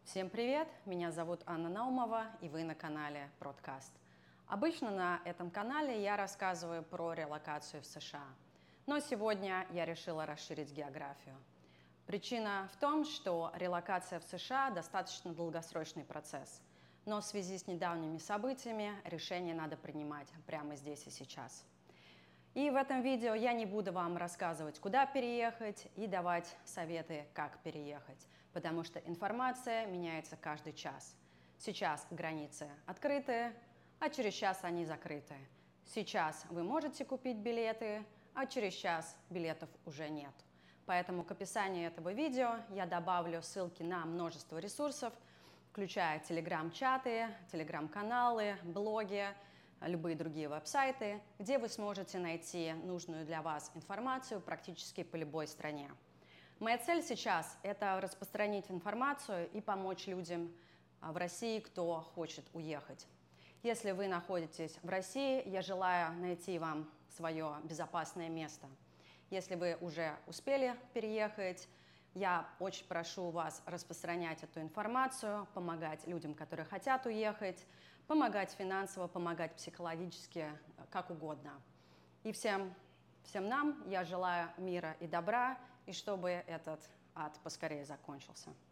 Всем привет! Меня зовут Анна Наумова, и вы на канале Продкаст. Обычно на этом канале я рассказываю про релокацию в США, но сегодня я решила расширить географию. Причина в том, что релокация в США достаточно долгосрочный процесс, но в связи с недавними событиями решение надо принимать прямо здесь и сейчас. И в этом видео я не буду вам рассказывать, куда переехать и давать советы, как переехать, потому что информация меняется каждый час. Сейчас границы открыты, а через час они закрыты. Сейчас вы можете купить билеты, а через час билетов уже нет. Поэтому к описанию этого видео я добавлю ссылки на множество ресурсов, включая телеграм-чаты, телеграм-каналы, блоги, любые другие веб-сайты, где вы сможете найти нужную для вас информацию практически по любой стране. Моя цель сейчас – это распространить информацию и помочь людям в России, кто хочет уехать. Если вы находитесь в России, я желаю найти вам свое безопасное место. Если вы уже успели переехать, я очень прошу вас распространять эту информацию, помогать людям, которые хотят уехать, помогать финансово, помогать психологически, как угодно. И всем нам я желаю мира и добра, и чтобы этот ад поскорее закончился.